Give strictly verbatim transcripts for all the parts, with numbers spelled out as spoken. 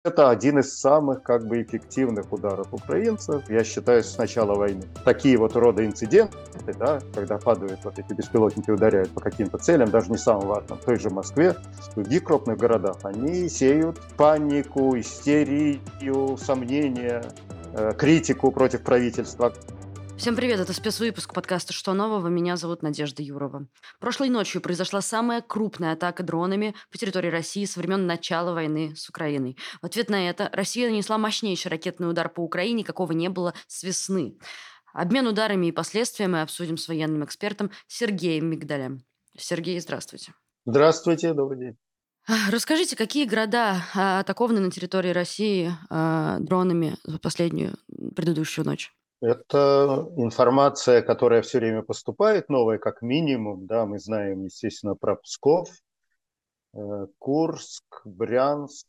это один из самых как бы эффективных ударов украинцев, я считаю, с начала войны. Такие вот рода инциденты, да, когда падают вот эти беспилотники, ударяют по каким-то целям, даже не самым важным, в той же Москве, в других крупных городах, они сеют панику, истерию, сомнения, э, критику против правительства. Всем привет, это спецвыпуск подкаста «Что нового?». Меня зовут Надежда Юрова. Прошлой ночью произошла самая крупная атака дронами по территории России со времен начала войны с Украиной. В ответ на это Россия нанесла мощнейший ракетный удар по Украине, какого не было с весны. Обмен ударами и последствия мы обсудим с военным экспертом Сергеем Мигдалем. Сергей, здравствуйте. Здравствуйте, добрый день. А, Расскажите, какие города а, атакованы на территории России а, дронами за последнюю м, предыдущую ночь? Это информация, которая все время поступает, новая как минимум. Да, мы знаем, естественно, про Псков, э, Курск, Брянск,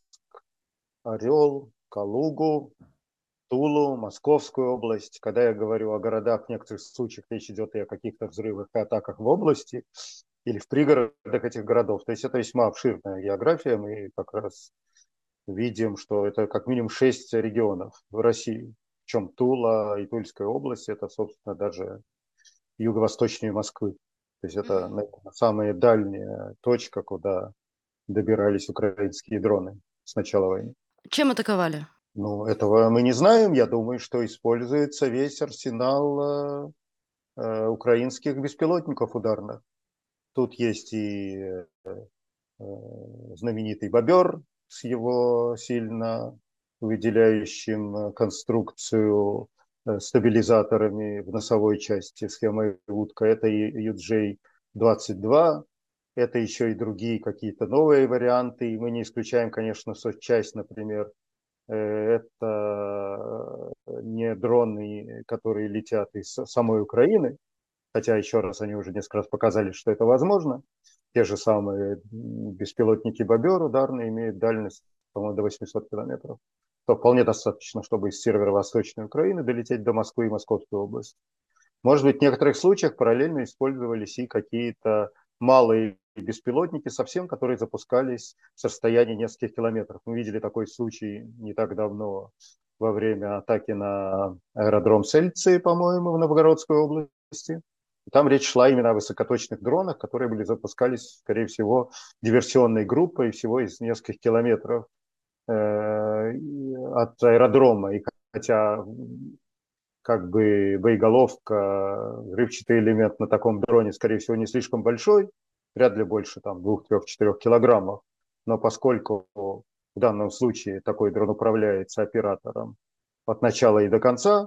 Орел, Калугу, Тулу, Московскую область. Когда я говорю о городах, в некоторых случаях речь идет и о каких-то взрывах и атаках в области или в пригородах этих городов. То есть это весьма обширная география. Мы как раз видим, что это как минимум шесть регионов в России. Причем Тула и Тульская область – это, собственно, даже юго-восточнее Москвы. То есть это, Мгм. наверное, самая дальняя точка, куда добирались украинские дроны с начала войны. Чем атаковали? Ну, этого мы не знаем. Я думаю, что используется весь арсенал э, э, украинских беспилотников ударных. Тут есть и э, э, знаменитый «Бобер» с его сильно выделяющим э, конструкцию э, стабилизаторами в носовой части схемы утка. Это и ю джей двадцать два, это еще и другие какие-то новые варианты. И мы не исключаем, конечно, часть, например, э, это не дроны, которые летят из самой Украины, хотя еще раз они уже несколько раз показали, что это возможно. Те же самые беспилотники «Бобер» ударные имеют дальность, по-моему, до восемьсот километров. То вполне достаточно, чтобы из северо-восточной Украины долететь до Москвы и Московской области. Может быть, в некоторых случаях параллельно использовались и какие-то малые беспилотники совсем, которые запускались с расстояния нескольких километров. Мы видели такой случай не так давно во время атаки на аэродром Сельцы, по-моему, в Новгородской области. Там речь шла именно о высокоточных дронах, которые были запускались, скорее всего, диверсионной группой всего из нескольких километров э, от аэродрома. И хотя как бы боеголовка, взрывчатый элемент на таком дроне, скорее всего, не слишком большой, вряд ли больше там двух-трех-четырех килограммов. Но поскольку в данном случае такой дрон управляется оператором от начала и до конца,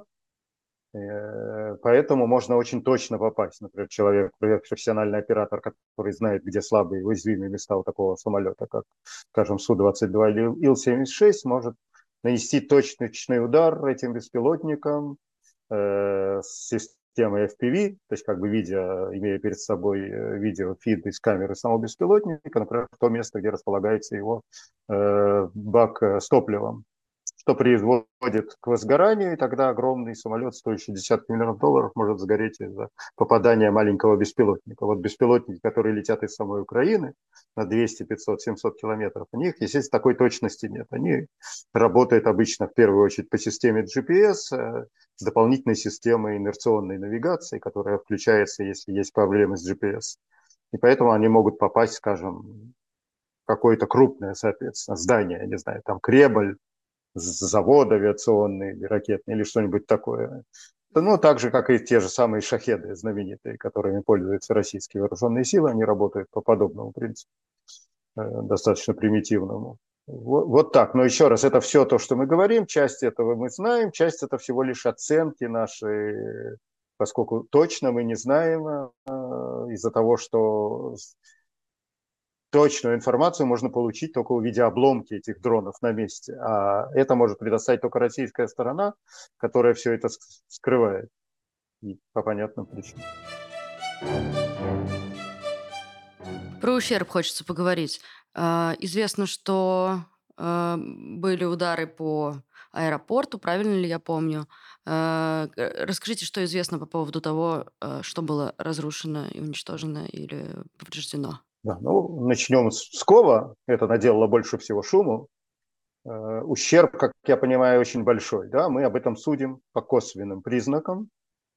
э, поэтому можно очень точно попасть. Например, человек, профессиональный оператор, который знает, где слабые и уязвимые места у такого самолета, как, скажем, Су двадцать два или Ил семьдесят шесть, может нанести точный удар этим беспилотникам э, с системой эф пи ви, то есть как бы видя, имея перед собой э, видеофид из камеры самого беспилотника, например, в то место, где располагается его э, бак э, с топливом, что приводит к возгоранию, и тогда огромный самолет, стоящий десятки миллионов долларов, может сгореть из-за попадания маленького беспилотника. Вот беспилотники, которые летят из самой Украины на двести, пятьсот, семьсот километров, у них, естественно, такой точности нет. Они работают обычно в первую очередь по системе джи пи эс, э, с дополнительной системой инерционной навигации, которая включается, если есть проблемы с джи пи эс. И поэтому они могут попасть, скажем, в какое-то крупное, соответственно, здание, я не знаю, там Кремль, завод авиационный или ракетный, или что-нибудь такое. Ну, так же, как и те же самые шахеды знаменитые, которыми пользуются российские вооруженные силы, они работают по подобному принципу, э, достаточно примитивному. Вот, вот так. Но еще раз, это все то, что мы говорим, часть этого мы знаем, часть это всего лишь оценки наши, поскольку точно мы не знаем э, из-за того, что точную информацию можно получить только увидя обломки этих дронов на месте. А это может предоставить только российская сторона, которая все это скрывает. И по понятным причинам. Про ущерб хочется поговорить. А, Известно, что а, были удары по аэропорту, правильно ли я помню? А, э, Расскажите, что известно по поводу того, а, что было разрушено и уничтожено или повреждено. Да, ну, начнем с Пскова. Это наделало больше всего шуму. ущерб, как я понимаю, очень большой. Да? Мы об этом судим по косвенным признакам.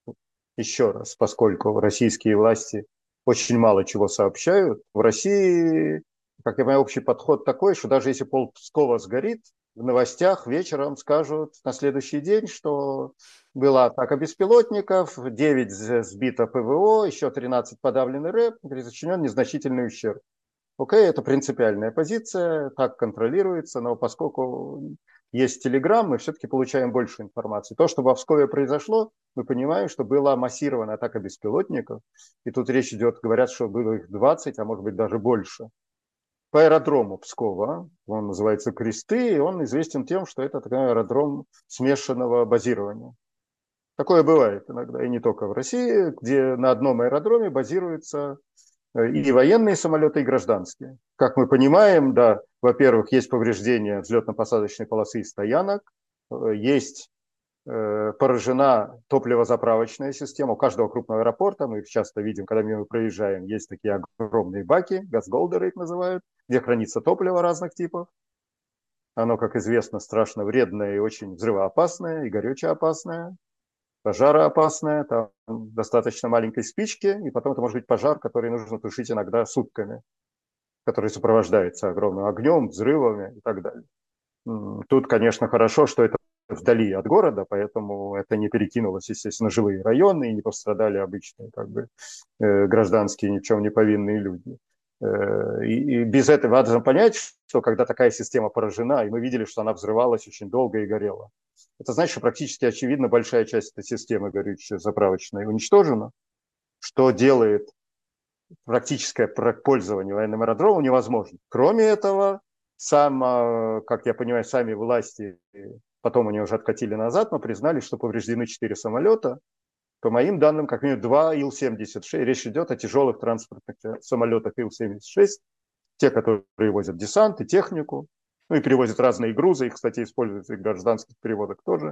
Еще раз, поскольку российские власти очень мало чего сообщают, в России, как я понимаю, общий подход такой, что даже если пол Пскова сгорит, в новостях вечером скажут на следующий день, что была атака беспилотников, девять сбито ПВО, еще тринадцать подавлены рэп, причинен незначительный ущерб. Окей, это принципиальная позиция, так контролируется, но поскольку есть Телеграм, мы все-таки получаем больше информации. То, что в Пскове произошло, мы понимаем, что была массированная атака беспилотников, и тут речь идет, говорят, что было их двадцать, а может быть даже больше. По аэродрому Пскова, он называется Кресты, и он известен тем, что это такой аэродром смешанного базирования. Такое бывает иногда, и не только в России, где на одном аэродроме базируются и военные самолеты, и гражданские. Как мы понимаем, да, во-первых, есть повреждения взлетно-посадочной полосы и стоянок, есть э, поражена топливозаправочная система. У каждого крупного аэропорта, мы их часто видим, когда мимо проезжаем, есть такие огромные баки, газголдеры их называют, где хранится топливо разных типов. Оно, как известно, страшно вредное и очень взрывоопасное, и горючеопасное. Пожароопасная, там достаточно маленькой спички, и потом это может быть пожар, который нужно тушить иногда сутками, который сопровождается огромным огнем, взрывами и так далее. Тут, конечно, хорошо, что это вдали от города, поэтому это не перекинулось, естественно, жилые районы, и не пострадали обычные как бы, гражданские, ни в чем не повинные люди. И, и без этого надо понять, что когда такая система поражена, и мы видели, что она взрывалась очень долго и горела, это значит, что практически очевидно большая часть этой системы горюче-заправочной уничтожена, что делает практическое пользование военным аэродромом невозможно. Кроме этого, сам, как я понимаю, сами власти, потом они уже откатили назад, но признали, что повреждены четыре самолета. По моим данным, как минимум два Ил семьдесят шесть. Речь идет о тяжелых транспортных самолетах Ил семьдесят шесть, те, которые возят десант и технику, ну и перевозят разные грузы, их, кстати, используются и в гражданских переводах тоже.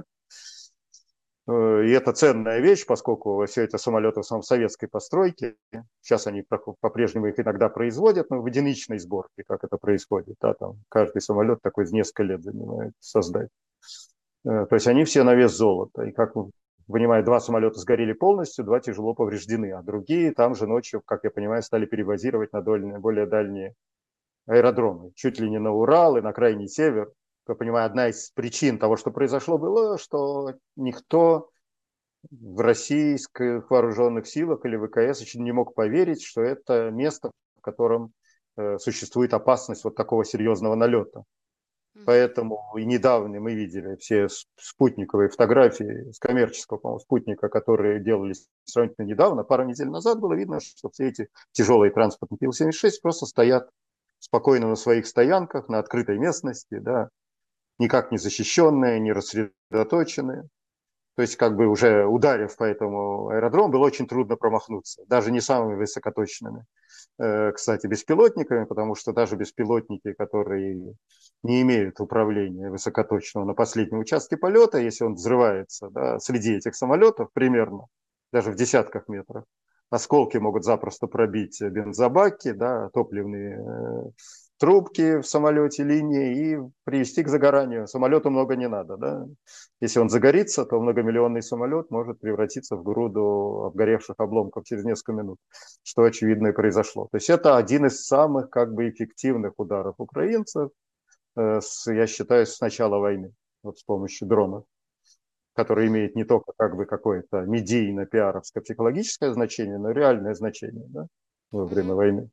И это ценная вещь, поскольку все это самолеты в основном советской постройки. Сейчас они по-прежнему их иногда производят, но в единичной сборке, как это происходит. Да, там каждый самолет такой несколько лет занимает создать. То есть они все на вес золота. И как вы понимаете, два самолета сгорели полностью, два тяжело повреждены, а другие там же ночью, как я понимаю, стали перебазировать на более дальние аэродромы, чуть ли не на Урал и на крайний север. Я понимаю, одна из причин того, что произошло, было, что никто в российских вооруженных силах или ВКС еще не мог поверить, что это место, в котором э, существует опасность вот такого серьезного налета. Mm-hmm. Поэтому и недавно мы видели все спутниковые фотографии с коммерческого, по-моему, спутника, которые делались сравнительно недавно, пару недель назад было видно, что все эти тяжелые транспортные Ил семьдесят шесть просто стоят спокойно на своих стоянках, на открытой местности, да, никак не защищенные, не рассредоточенные. То есть, как бы уже ударив по этому аэродрому, было очень трудно промахнуться, даже не самыми высокоточными, кстати, беспилотниками, потому что даже беспилотники, которые не имеют управления высокоточного на последнем участке полета, если он взрывается, да, среди этих самолетов примерно, даже в десятках метров, осколки могут запросто пробить бензобаки, да, топливные э, трубки в самолете, линии и привести к загоранию. Самолету много не надо. Да? Если он загорится, то многомиллионный самолет может превратиться в груду обгоревших обломков через несколько минут, что очевидно и произошло. То есть это один из самых как бы эффективных ударов украинцев, э, с, я считаю, с начала войны, вот с помощью дронов, который имеет не только как бы какое-то медийно-пиаровское психологическое значение, но и реальное значение, да, во время войны.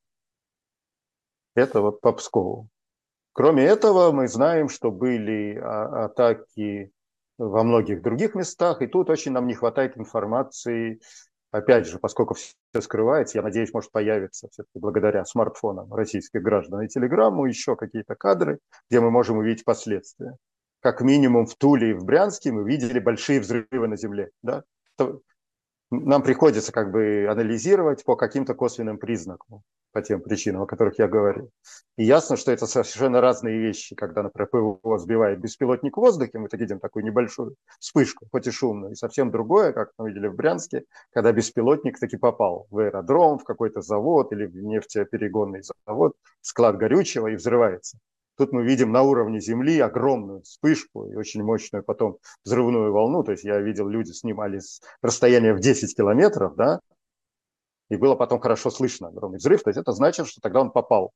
Это вот по Пскову. Кроме этого, мы знаем, что были а- атаки во многих других местах, и тут очень нам не хватает информации. Опять же, поскольку все скрывается, я надеюсь, может появиться все-таки благодаря смартфонам российских граждан и телеграмму еще какие-то кадры, где мы можем увидеть последствия. Как минимум в Туле и в Брянске мы видели большие взрывы на земле. Да? Нам приходится как бы анализировать по каким-то косвенным признакам, по тем причинам, о которых я говорил. И ясно, что это совершенно разные вещи, когда, например, ПВО сбивает беспилотник в воздухе, мы видим такую небольшую вспышку, хоть и шумную, и совсем другое, как мы видели в Брянске, когда беспилотник таки попал в аэродром, в какой-то завод или в нефтеперегонный завод, склад горючего и взрывается. Тут мы видим на уровне Земли огромную вспышку и очень мощную потом взрывную волну. То есть я видел, люди снимали с расстояния в десять километров, да, и было потом хорошо слышно огромный взрыв. То есть это значит, что тогда он попал.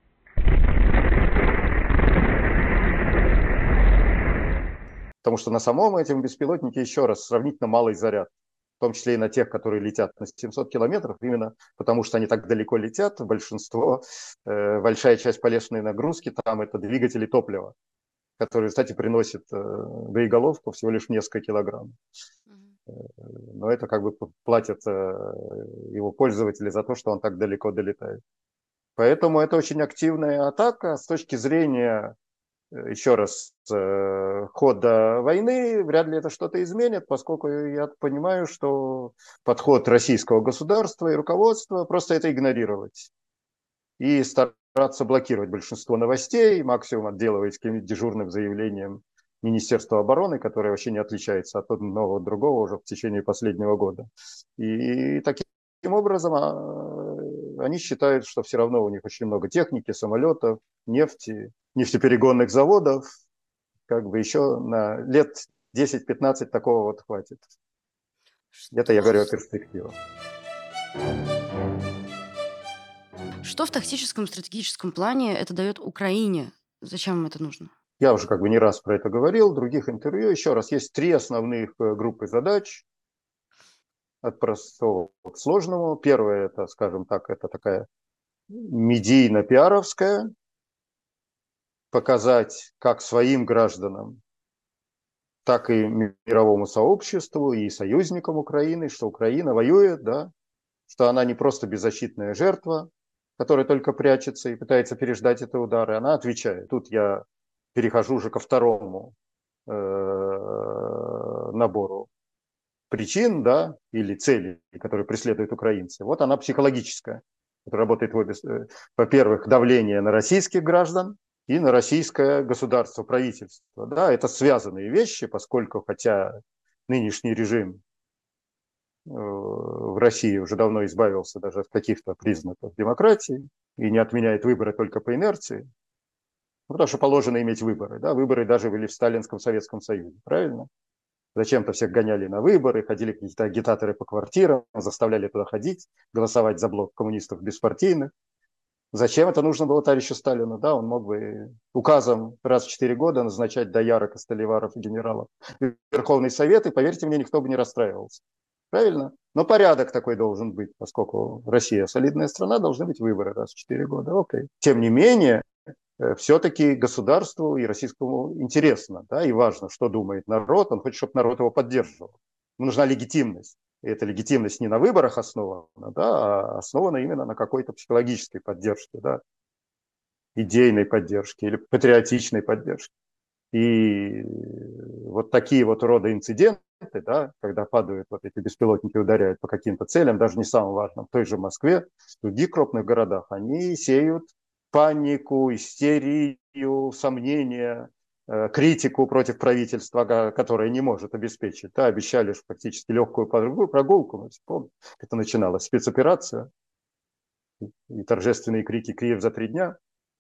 Потому что на самом этом беспилотнике, еще раз, сравнительно малый заряд. В том числе и на тех, которые летят на семьсот километров, именно потому что они так далеко летят, большинство, э, большая часть полезной нагрузки там это двигатели топлива, которые, кстати, приносят э, боеголовку всего лишь несколько килограмм. Но это как бы платят э, его пользователи за то, что он так далеко долетает. Поэтому это очень активная атака с точки зрения, еще раз, э, хода войны. Вряд ли это что-то изменит, поскольку я понимаю, что подход российского государства и руководства просто это игнорировать и стараться блокировать большинство новостей, максимум отделывать каким-нибудь дежурным заявлением Министерства обороны, которое вообще не отличается от одного от другого уже в течение последнего года. И таким образом они считают, что все равно у них очень много техники, самолетов, нефти, нефтеперегонных заводов. Как бы еще на лет десять-пятнадцать такого вот хватит. Это я говорю о перспективах. Что в тактическом стратегическом плане это дает Украине? Зачем им это нужно? Я уже как бы не раз про это говорил, в других интервью. Еще раз, есть три основных группы задач. От простого к сложному. Первое, это, скажем так, это такая медийно-пиаровская. Показать как своим гражданам, так и мировому сообществу и союзникам Украины, что Украина воюет, да, что она не просто беззащитная жертва, которая только прячется и пытается переждать эти удары, она отвечает. Тут я перехожу уже ко второму э, набору причин, да, или целей, которые преследуют украинцы. Вот она психологическая, которая работает в обе. Во-первых, давление на российских граждан и на российское государство, правительство. Да, это связанные вещи, поскольку, хотя нынешний режим в России уже давно избавился даже от каких-то признаков демократии и не отменяет выборы только по инерции, потому что положено иметь выборы. Да? Выборы даже были в Сталинском Советском Союзе, правильно? Зачем-то всех гоняли на выборы, ходили какие-то агитаторы по квартирам, заставляли туда ходить, голосовать за блок коммунистов беспартийных. Зачем это нужно было товарищу Сталину? Да, он мог бы указом раз в четыре года назначать доярок, столиваров и генералов в Верховный Совет, и, поверьте мне, никто бы не расстраивался. Правильно? Но порядок такой должен быть, поскольку Россия солидная страна, должны быть выборы раз в четыре года. Окей. Тем не менее, все-таки государству и российскому интересно, да, и важно, что думает народ. Он хочет, чтобы народ его поддерживал. Ему нужна легитимность. И эта легитимность не на выборах основана, да, а основана именно на какой-то психологической поддержке, да, идейной поддержке или патриотичной поддержке. И вот такие вот рода инциденты, да, когда падают вот эти беспилотники, ударяют по каким-то целям, даже не самым важным, в той же Москве, в других крупных городах, они сеют панику, истерию, сомнения, э, критику против правительства, которое не может обеспечить. Да, обещали же практически легкую прогулку, помню, это начиналось, спецоперация и торжественные крики «Киев за три дня».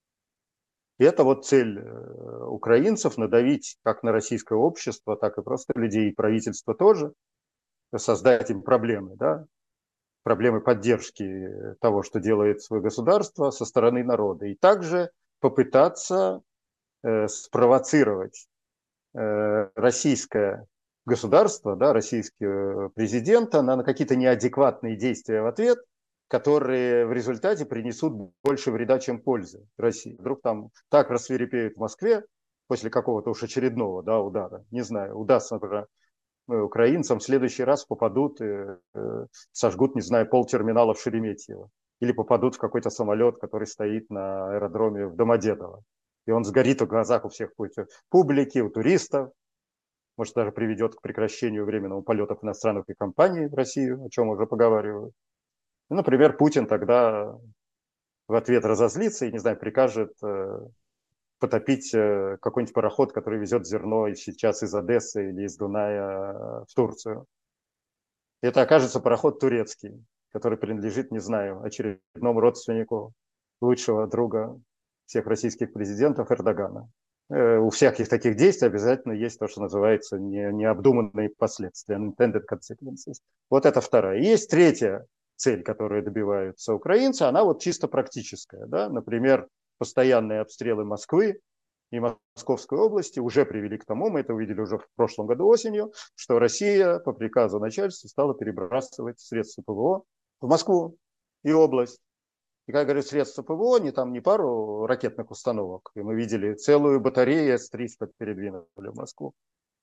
И это вот цель украинцев – надавить как на российское общество, так и просто людей, и правительство тоже, создать им проблемы, да? Проблемы поддержки того, что делает свое государство со стороны народа. И также попытаться э, спровоцировать э, российское государство, да, российского президента на, на какие-то неадекватные действия в ответ, которые в результате принесут больше вреда, чем пользы России. Вдруг там так рассвирепеют в Москве после какого-то уж очередного, да, удара. Не знаю, удастся, например, украинцам в следующий раз попадут, э, э, сожгут, не знаю, полтерминала в Шереметьево. Или попадут в какой-то самолет, который стоит на аэродроме в Домодедово. И он сгорит в глазах у всех публики, у туристов. Может, даже приведет к прекращению временного полетов иностранных компаний в Россию, о чем уже поговаривают. Ну, например, Путин тогда в ответ разозлится и, не знаю, прикажет э, потопить э, какой-нибудь пароход, который везет зерно сейчас из Одессы или из Дуная в Турцию. И это окажется пароход турецкий, который принадлежит, не знаю, очередному родственнику лучшего друга всех российских президентов Эрдогана. У всяких таких действий обязательно есть то, что называется не, необдуманные последствия, unintended consequences. Вот это вторая. Есть третья цель, которую добиваются украинцы, она вот чисто практическая. Да? Например, постоянные обстрелы Москвы и Московской области уже привели к тому, мы это увидели уже в прошлом году осенью, что Россия по приказу начальства стала перебрасывать средства ПВО в Москву и область. И, как говорят, средства ПВО, не там не пару ракетных установок. И мы видели целую батарею эс триста передвинули в Москву.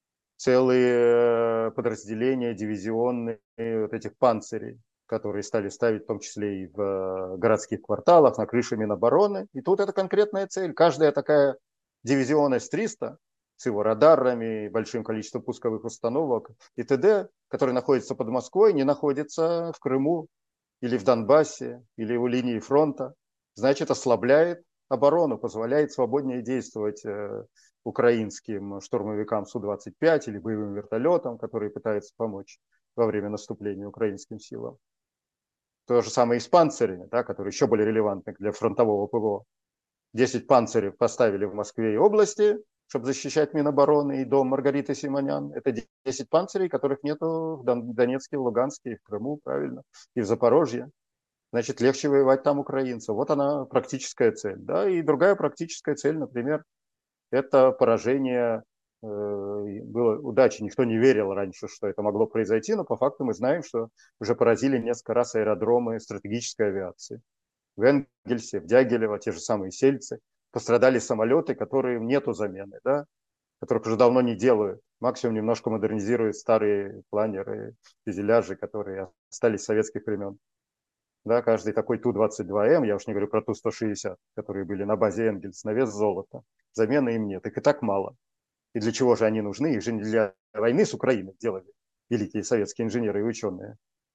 Целые подразделения дивизионные вот этих панцирей, которые стали ставить в том числе и в городских кварталах, на крыше Минобороны. И тут это конкретная цель. Каждая такая дивизион эс триста с его радарами, большим количеством пусковых установок и т.д., который находится под Москвой, не находится в Крыму, или в Донбассе, или у линии фронта, значит, ослабляет оборону, позволяет свободнее действовать э, украинским штурмовикам Су двадцать пять или боевым вертолетам, которые пытаются помочь во время наступления украинским силам. То же самое и с панцирями, да, которые еще более релевантны для фронтового ПВО. десять панцирей поставили в Москве и области, чтобы защищать Минобороны и дом Маргариты Симонян. Это десять панцирей, которых нету в Донецке, в Луганске, и в Крыму, правильно, и в Запорожье. Значит, легче воевать там украинцам. Вот она практическая цель. Да? И другая практическая цель, например, это поражение. Э, было удачи, никто не верил раньше, что это могло произойти, но по факту мы знаем, что уже поразили несколько раз аэродромы стратегической авиации. В Энгельсе, в Дягилево, те же самые Сельцы. Пострадали самолеты, которые нету замены, да? Которых уже давно не делают. Максимум немножко модернизируют старые планеры, фюзеляжи, которые остались с советских времен. Да, каждый такой Ту двадцать два М, я уж не говорю про Ту сто шестьдесят, которые были на базе Энгельс, на вес золота. Замены им нет, их и так мало. И для чего же они нужны? Их же не для войны с Украиной делали великие советские инженеры и ученые.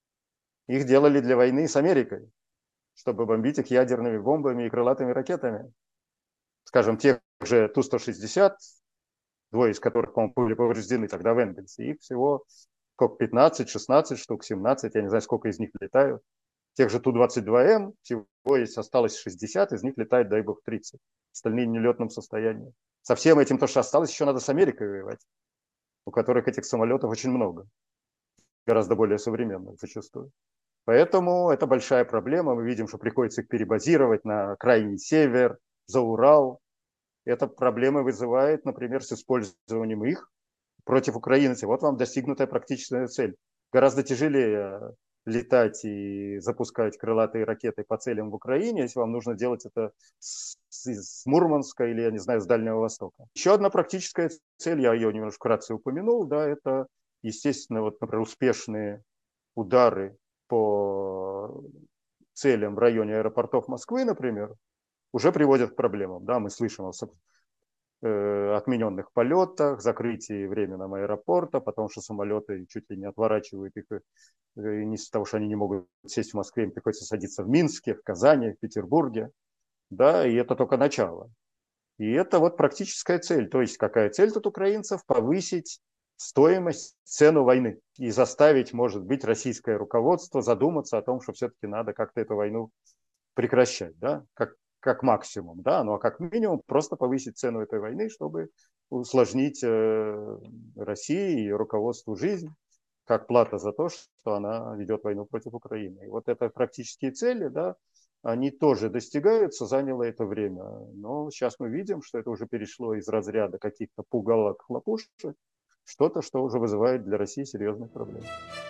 Их делали для войны с Америкой, чтобы бомбить их ядерными бомбами и крылатыми ракетами. Скажем, тех же Ту сто шестьдесят, двое из которых, по-моему, были повреждены тогда в Энгельсе, их всего сколько, пятнадцать-шестнадцать штук, семнадцать, я не знаю, сколько из них летают. Тех же Ту двадцать два М всего есть, осталось шестьдесят, из них летает, дай бог, тридцать. Остальные в нелетном состоянии. Со всем этим, то, что осталось, еще надо с Америкой воевать, у которых этих самолетов очень много. Гораздо более современных зачастую. Поэтому это большая проблема. Мы видим, что приходится их перебазировать на крайний север, за Урал. Эта проблема вызывает, например, с использованием их против украинцев. Вот вам достигнутая практическая цель. Гораздо тяжелее летать и запускать крылатые ракеты по целям в Украине, если вам нужно делать это с, с Мурманска или, я не знаю, с Дальнего Востока. Еще одна практическая цель, я ее немножко вкратце упомянул, да, это, естественно, вот, например, успешные удары по целям в районе аэропортов Москвы, например, уже приводят к проблемам. Да, мы слышим о отмененных полетах, закрытии временном аэропорта, потому что самолеты чуть ли не отворачивают их, из-за того, что они не могут сесть в Москве, им приходится садиться в Минске, в Казани, в Петербурге. Да, и это только начало. И это вот практическая цель. То есть какая цель тут украинцев? Повысить стоимость, цену войны и заставить, может быть, российское руководство задуматься о том, что все-таки надо как-то эту войну прекращать, да, как, как максимум, да, ну а как минимум просто повысить цену этой войны, чтобы усложнить э, России и руководству жизнь, как плата за то, что она ведет войну против Украины. И вот это практические цели, да, они тоже достигаются, заняло это время. Но сейчас мы видим, что это уже перешло из разряда каких-то пугалок, хлопушек, что-то, что уже вызывает для России серьезные проблемы.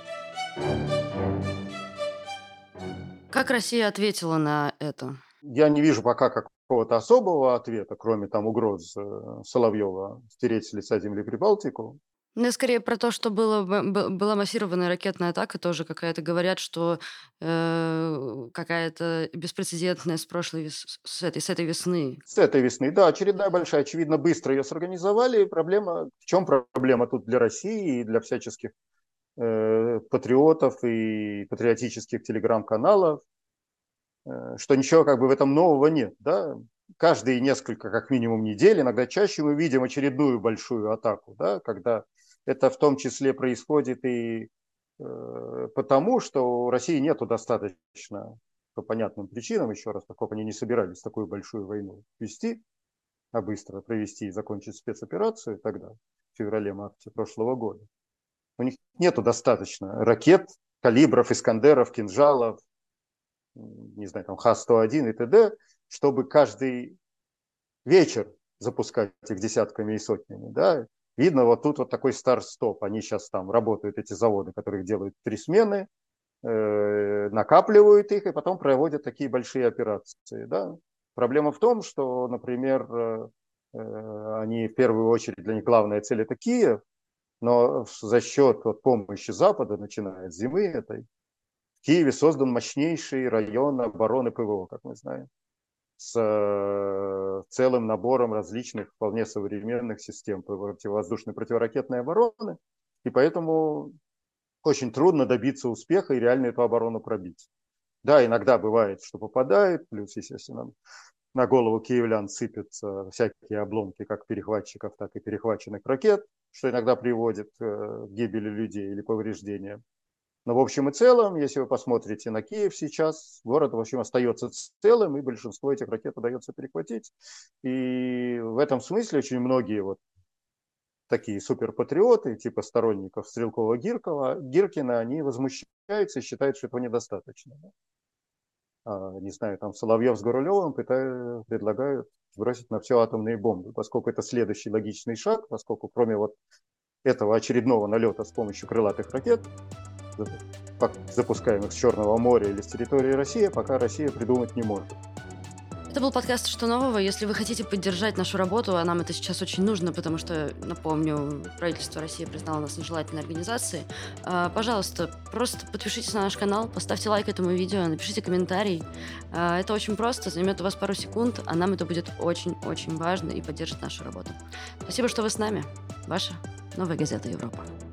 Как Россия ответила на это? Я не вижу пока какого-то особого ответа, кроме там угроз э, Соловьева стереть с лица земли Прибалтику. Ну, скорее про то, что было, б- б- была массированная ракетная атака тоже какая-то. Говорят, что э, какая-то беспрецедентная с прошлой вес- с этой, с этой весны. С этой весны, да, очередная большая, очевидно, быстро ее сорганизовали. Проблема, в чем проблема тут для России и для всяческих э, патриотов и патриотических телеграм-каналов, э, что ничего как бы в этом нового нет, да. Каждые несколько, как минимум, недель, иногда чаще мы видим очередную большую атаку, да, когда это в том числе происходит и э, потому, что у России нету достаточно по понятным причинам, еще раз, поскольку они не собирались такую большую войну вести, а быстро провести и закончить спецоперацию тогда, в феврале-марте прошлого года, у них нету достаточно ракет, калибров, искандеров, кинжалов, не знаю, там Х сто один и т.д., чтобы каждый вечер запускать их десятками и сотнями, да. Видно, вот тут вот такой старт-стоп. Они сейчас там работают, эти заводы, которые делают три смены, э, накапливают их и потом проводят такие большие операции, да. Проблема в том, что, например, э, э, они в первую очередь, для них главная цель это Киев, но за счет вот, помощи Запада, начиная с зимы этой, в Киеве создан мощнейший район обороны ПВО, как мы знаем, с э, целым набором различных вполне современных систем противовоздушной противоракетной обороны. И поэтому очень трудно добиться успеха и реально эту оборону пробить. Да, иногда бывает, что попадает, плюс, естественно, на голову киевлян сыпятся всякие обломки как перехватчиков, так и перехваченных ракет, что иногда приводит к гибели людей или повреждениям. Но в общем и целом, если вы посмотрите на Киев сейчас, город, в общем, остается целым, и большинство этих ракет удается перехватить. И в этом смысле очень многие вот такие суперпатриоты, типа сторонников Стрелкова-Гиркова, Гиркина, они возмущаются и считают, что этого недостаточно. А, не знаю, там Соловьев с Горулевым пытают, предлагают бросить на все атомные бомбы, поскольку это следующий логичный шаг, поскольку кроме вот этого очередного налета с помощью крылатых ракет, запускаемых с Черного моря или с территории России, пока Россия придумать не может. Это был подкаст «Что нового?». Если вы хотите поддержать нашу работу, а нам это сейчас очень нужно, потому что, напомню, правительство России признало нас нежелательной организацией, а, пожалуйста, просто подпишитесь на наш канал, поставьте лайк этому видео, напишите комментарий. А, Это очень просто, займет у вас пару секунд, а нам это будет очень-очень важно и поддержит нашу работу. Спасибо, что вы с нами. Ваша Новая газета Европа.